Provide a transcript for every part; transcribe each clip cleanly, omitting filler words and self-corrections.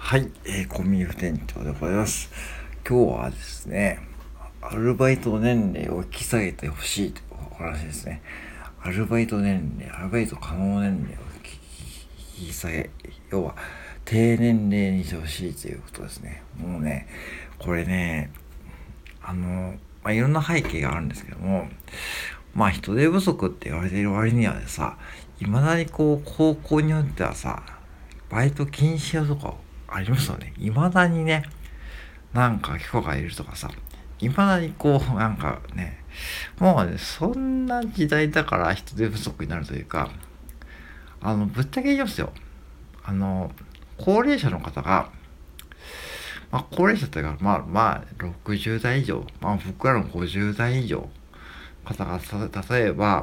はい、コンビニ副店長でございます。今日はですね、アルバイト年齢を引き下げてほしいというお話ですね。アルバイト可能年齢を引き下げ、要は低年齢にしてほしいということですね。もうね、これね、いろんな背景があるんですけども、人手不足って言われている割にはさ、未だに高校によってはさ、バイト禁止とかありますよね。未だにね、許可がいるとかさ、未だにもうね、そんな時代だから人手不足になるというか、ぶっちゃけ言いますよ。高齢者の方が、高齢者というか、60代以上、僕らの50代以上、方が例えば、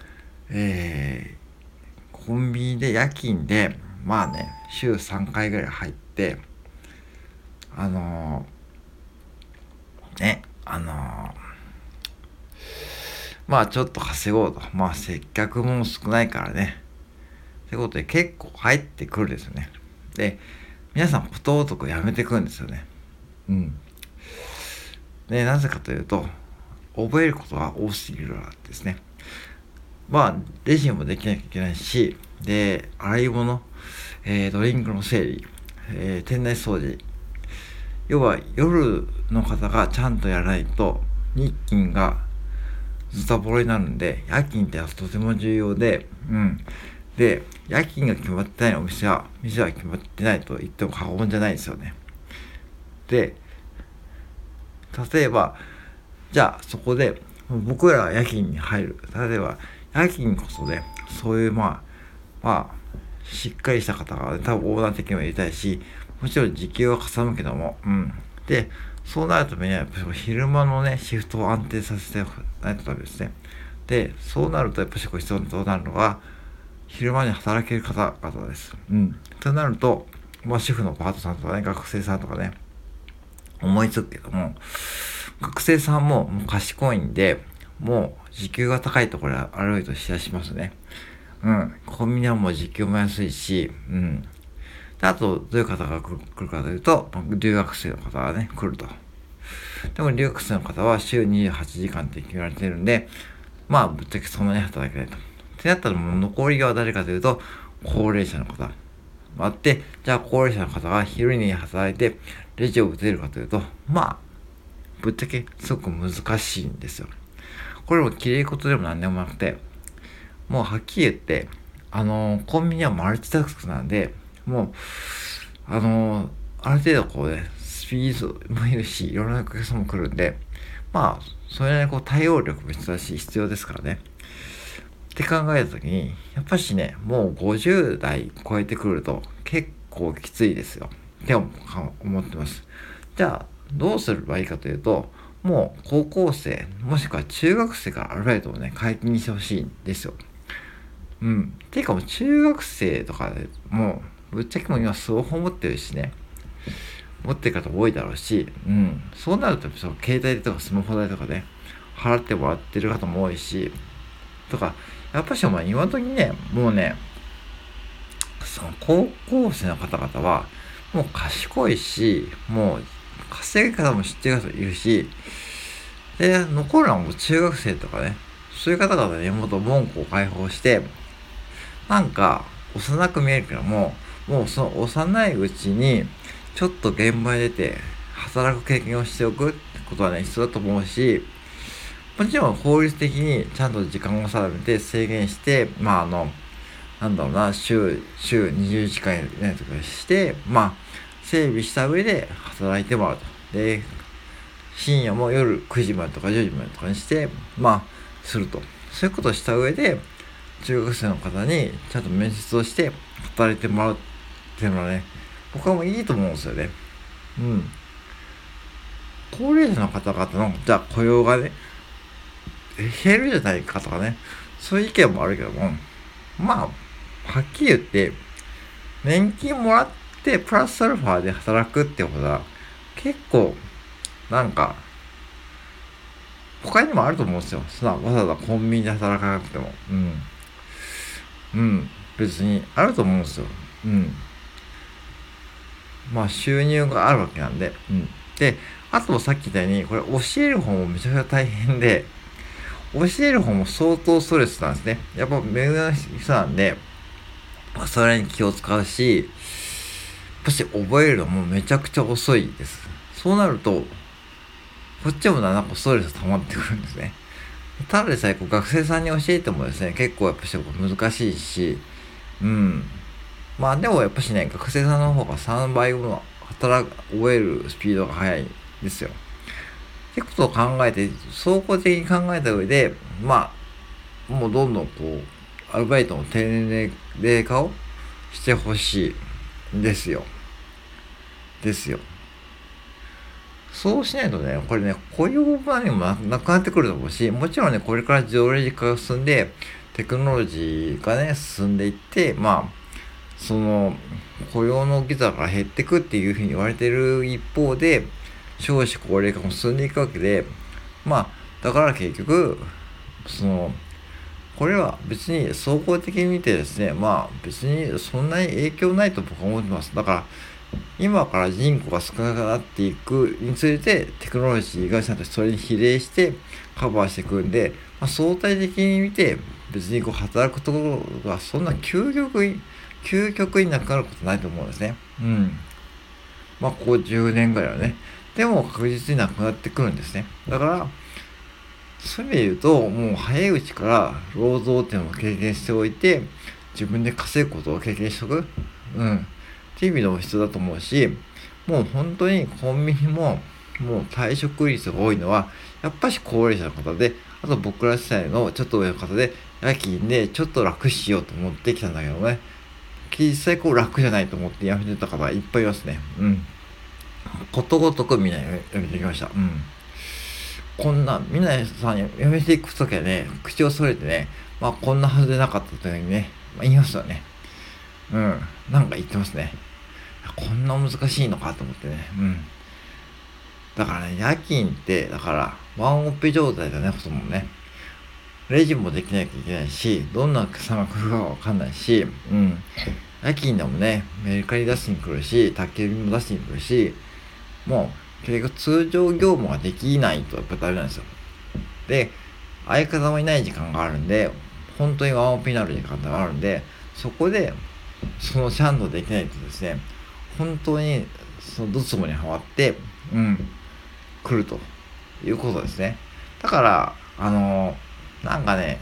コンビニで夜勤で、週3回ぐらい入って、あのーね、あのちょっと稼ごうと。接客も少ないからね。ってことで結構入ってくるんですよね。で、皆さんことごとくやめてくるんですよね。うん。で、なぜかというと、覚えることが多すぎるからですね。レジもできなきゃいけないし、で、洗い物、ドリンクの整理、店内掃除。要は夜の方がちゃんとやらないと、日勤がズタボロになるんで、夜勤ってとても重要で、で、夜勤が決まってない店は決まってないと言っても過言じゃないですよね。で、例えば、じゃあそこで、僕らは夜勤に入る。例えば、夜勤こそで、そういうしっかりした方が、多分オーナー的にも入れたいし、もちろん時給はかさむけども、で、そうなるためには、やっぱり昼間のね、シフトを安定させてないとダメですね。で、そうなると、やっぱり必要となるのが、昼間に働ける方々です。となると、主婦のパートさんとかね、学生さんとかね、思いつくけども、学生さんも賢いんで、もう時給が高いところでアルバイトしだしますね。コンビニはもう時給も安いし、であと、どういう方が来るかというと、留学生の方がね、来ると。でも留学生の方は週28時間って決められてるんで、ぶっちゃけそんなに働けないと。ってなったらもう残りが誰かというと、高齢者の方。じゃあ高齢者の方が昼に働いてレジを打てるかというと、ぶっちゃけすごく難しいんですよ。これも綺麗事でも何でもなくて、もうはっきり言って、コンビニはマルチタスクなんで、もう、ある程度スピードもいるし、いろんなお客さんも来るんで、それなりに対応力も必要ですからね。って考えたときに、やっぱしね、もう50代超えてくると結構きついですよ。って思ってます。じゃあ、どうすればいいかというと、もう高校生、もしくは中学生からアルバイトをね、解禁にしてほしいんですよ。ていうかもう中学生とかでもう、ぶっちゃけもう今スマホ持ってるしね、持ってる方多いだろうし、そうなると、携帯代とかスマホ代とかね、払ってもらってる方も多いし、とか、やっぱし今時ね、もうね、その高校生の方々は、もう賢いし、もう稼ぎ方も知ってる方いるし、で、残るのはもう中学生とかね、そういう方々にもっと門戸を開放して、幼く見えるけども、もうその幼いうちに、ちょっと現場に出て、働く経験をしておくってことはね、必要だと思うし、もちろん法律的にちゃんと時間を定めて制限して、週20時間以内とかして、整備した上で働いてもらうと。で、深夜も夜9時までとか10時までとかにして、すると。そういうことをした上で、中学生の方にちゃんと面接をして働いてもらうっていうのはね、僕はもういいと思うんですよね。高齢者の方々の、じゃあ雇用がね、減るじゃないかとかね、そういう意見もあるけども、はっきり言って、年金もらってプラスアルファで働くってことは、結構、他にもあると思うんですよ。わざわざコンビニで働かなくても。別にあると思うんですよ。 収入があるわけなんで、で、あとさっき言ったように、これ教える方もめちゃくちゃ大変で、教える方も相当ストレスなんですね。やっぱ目上の人なんで、それに気を使うし、やっぱし覚えるのもめちゃくちゃ遅いです。そうなると、こっちもなんかストレス溜まってくるんですね。ただでさえ学生さんに教えてもですね、結構やっぱし難しいし、うん。でもやっぱしね、学生さんの方が3倍も覚えるスピードが速いんですよ。ってことを考えて、総合的に考えた上で、もうどんどんアルバイトの定例化をしてほしいんですよ。ですよ。そうしないとね、これね、雇用場にもなくなってくると思うし、もちろんね、これから条例化が進んで、テクノロジーがね、進んでいって、その、雇用のギザが減ってくっていうふうに言われてる一方で、少子高齢化も進んでいくわけで、だから結局、これは別に総合的に見てですね、別にそんなに影響ないと僕は思ってます。だから、今から人口が少なくなっていくにつれて、テクノロジーがちゃんとそれに比例してカバーしていくんで、相対的に見て、別に働くところがそんな究極になくなることないと思うんですね。ここ10年ぐらいはね。でも確実になくなってくるんですね。だから、そういう意味で言うと、もう早いうちから労働っていうのを経験しておいて、自分で稼ぐことを経験しておく。っていう意味でも必要だと思うし、もう本当にコンビニも、もう退職率が多いのは、やっぱし高齢者の方で、あと僕ら世代のちょっと上の方で、夜勤でちょっと楽しようと思ってきたんだけどね。実際楽じゃないと思って辞めてた方がいっぱいいますね。ことごとくみんな辞めてきました。こんな、みんなさん辞めていくときはね、口を揃えてね、こんなはずでなかったというふうにね、言いますよね。なんか言ってますね。こんな難しいのかと思ってね。だからね、夜勤って、だから、ワンオペ状態だね、ほとんどね。レジもできなきゃいけないし、どんなお客様が来るかわかんないし、夜勤でもね、メルカリ出しに来るし、宅急便も出しに来るし、もう、結局通常業務ができないとやっぱダメなんですよ。で、相方もいない時間があるんで、本当にワンオペになる時間があるんで、そこで、そのちゃんとできないとですね、本当に、そのドツボにはまって、来るということですね。だから、なんかね、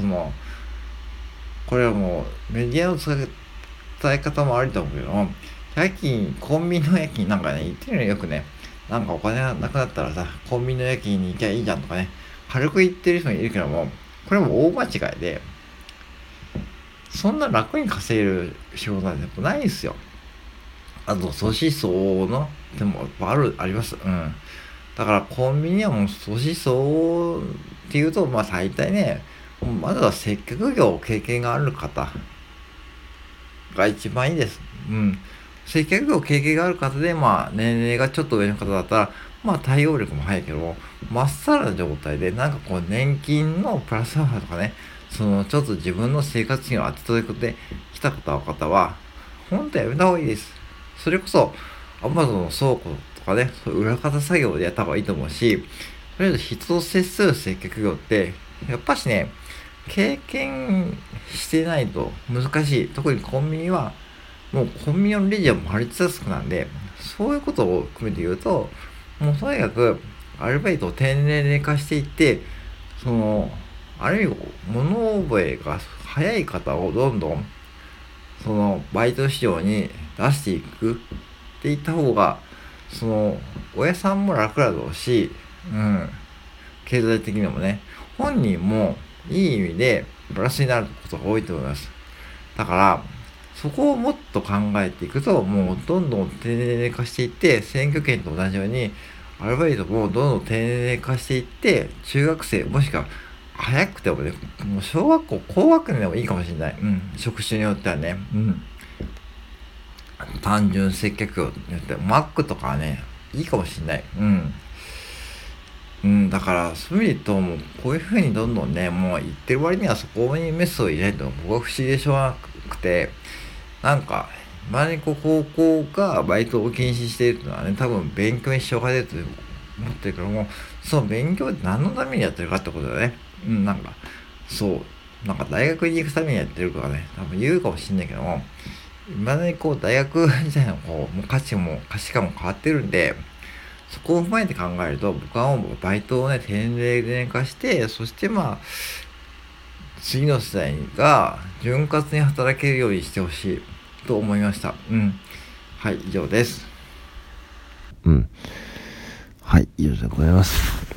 これはもう、メディアの伝え方もありと思うけども、コンビニの夜勤なんかね、言ってるのよくね、なんかお金がなくなったらさ、コンビニの夜勤に行きゃいいじゃんとかね、軽く言ってる人もいるけども、これも大間違いで、そんな楽に稼げる仕事なんてないですよ。あと、素思想の、でも、あります。だからコンビニはもう素思想っていうと、大体ね、まずは接客業経験がある方が一番いいです。接客業経験がある方で、年齢がちょっと上の方だったら、対応力も早いけど、まっさらな状態で、なんか年金のプラスアルファとかね、ちょっと自分の生活費を当てということで来た方は、本当やめた方がいいです。それこそ、アマゾンの倉庫とかね、そういう裏方作業でやった方がいいと思うし、とりあえず人と接する接客業って、やっぱしね、経験してないと難しい。特にコンビニは、もうコンビニのレジはもう張りタスクなんで、そういうことを含めて言うと、もうとにかくアルバイトを丁寧化していって、ある意味、物覚えが早い方をどんどん、バイト市場に出していくっていった方が、親さんも楽だろうし、経済的にもね、本人もいい意味でプラスになることが多いと思います。だから、そこをもっと考えていくと、もうどんどん丁寧化していって、選挙権と同じように、アルバイトもどんどん丁寧化していって、中学生、もしくは早くてもね、もう小学校、高学年でもいいかもしれない。職種によってはね。単純接客業によって、マックとかはね、いいかもしれない。だから、そういう意味で言うと、もう、こういう風にどんどんね、もう言ってる割にはそこにメスを入れないと、僕は不思議でしょうがなくて、なんか、 周りに高校がバイトを禁止しているというのはね、多分勉強に支障が出ると思ってるから、もうその勉強って何のためにやってるかってことだよね。なんかそうなんか大学に行くためにやってるとかね、多分言うかもしんないけども、未だに大学時代のもう価値観も変わってるんで、そこを踏まえて考えると、僕はもうバイトをね、低年化して、そして次の世代が潤滑に働けるようにしてほしいと思いました。はい、以上です。 はい、以上でございます。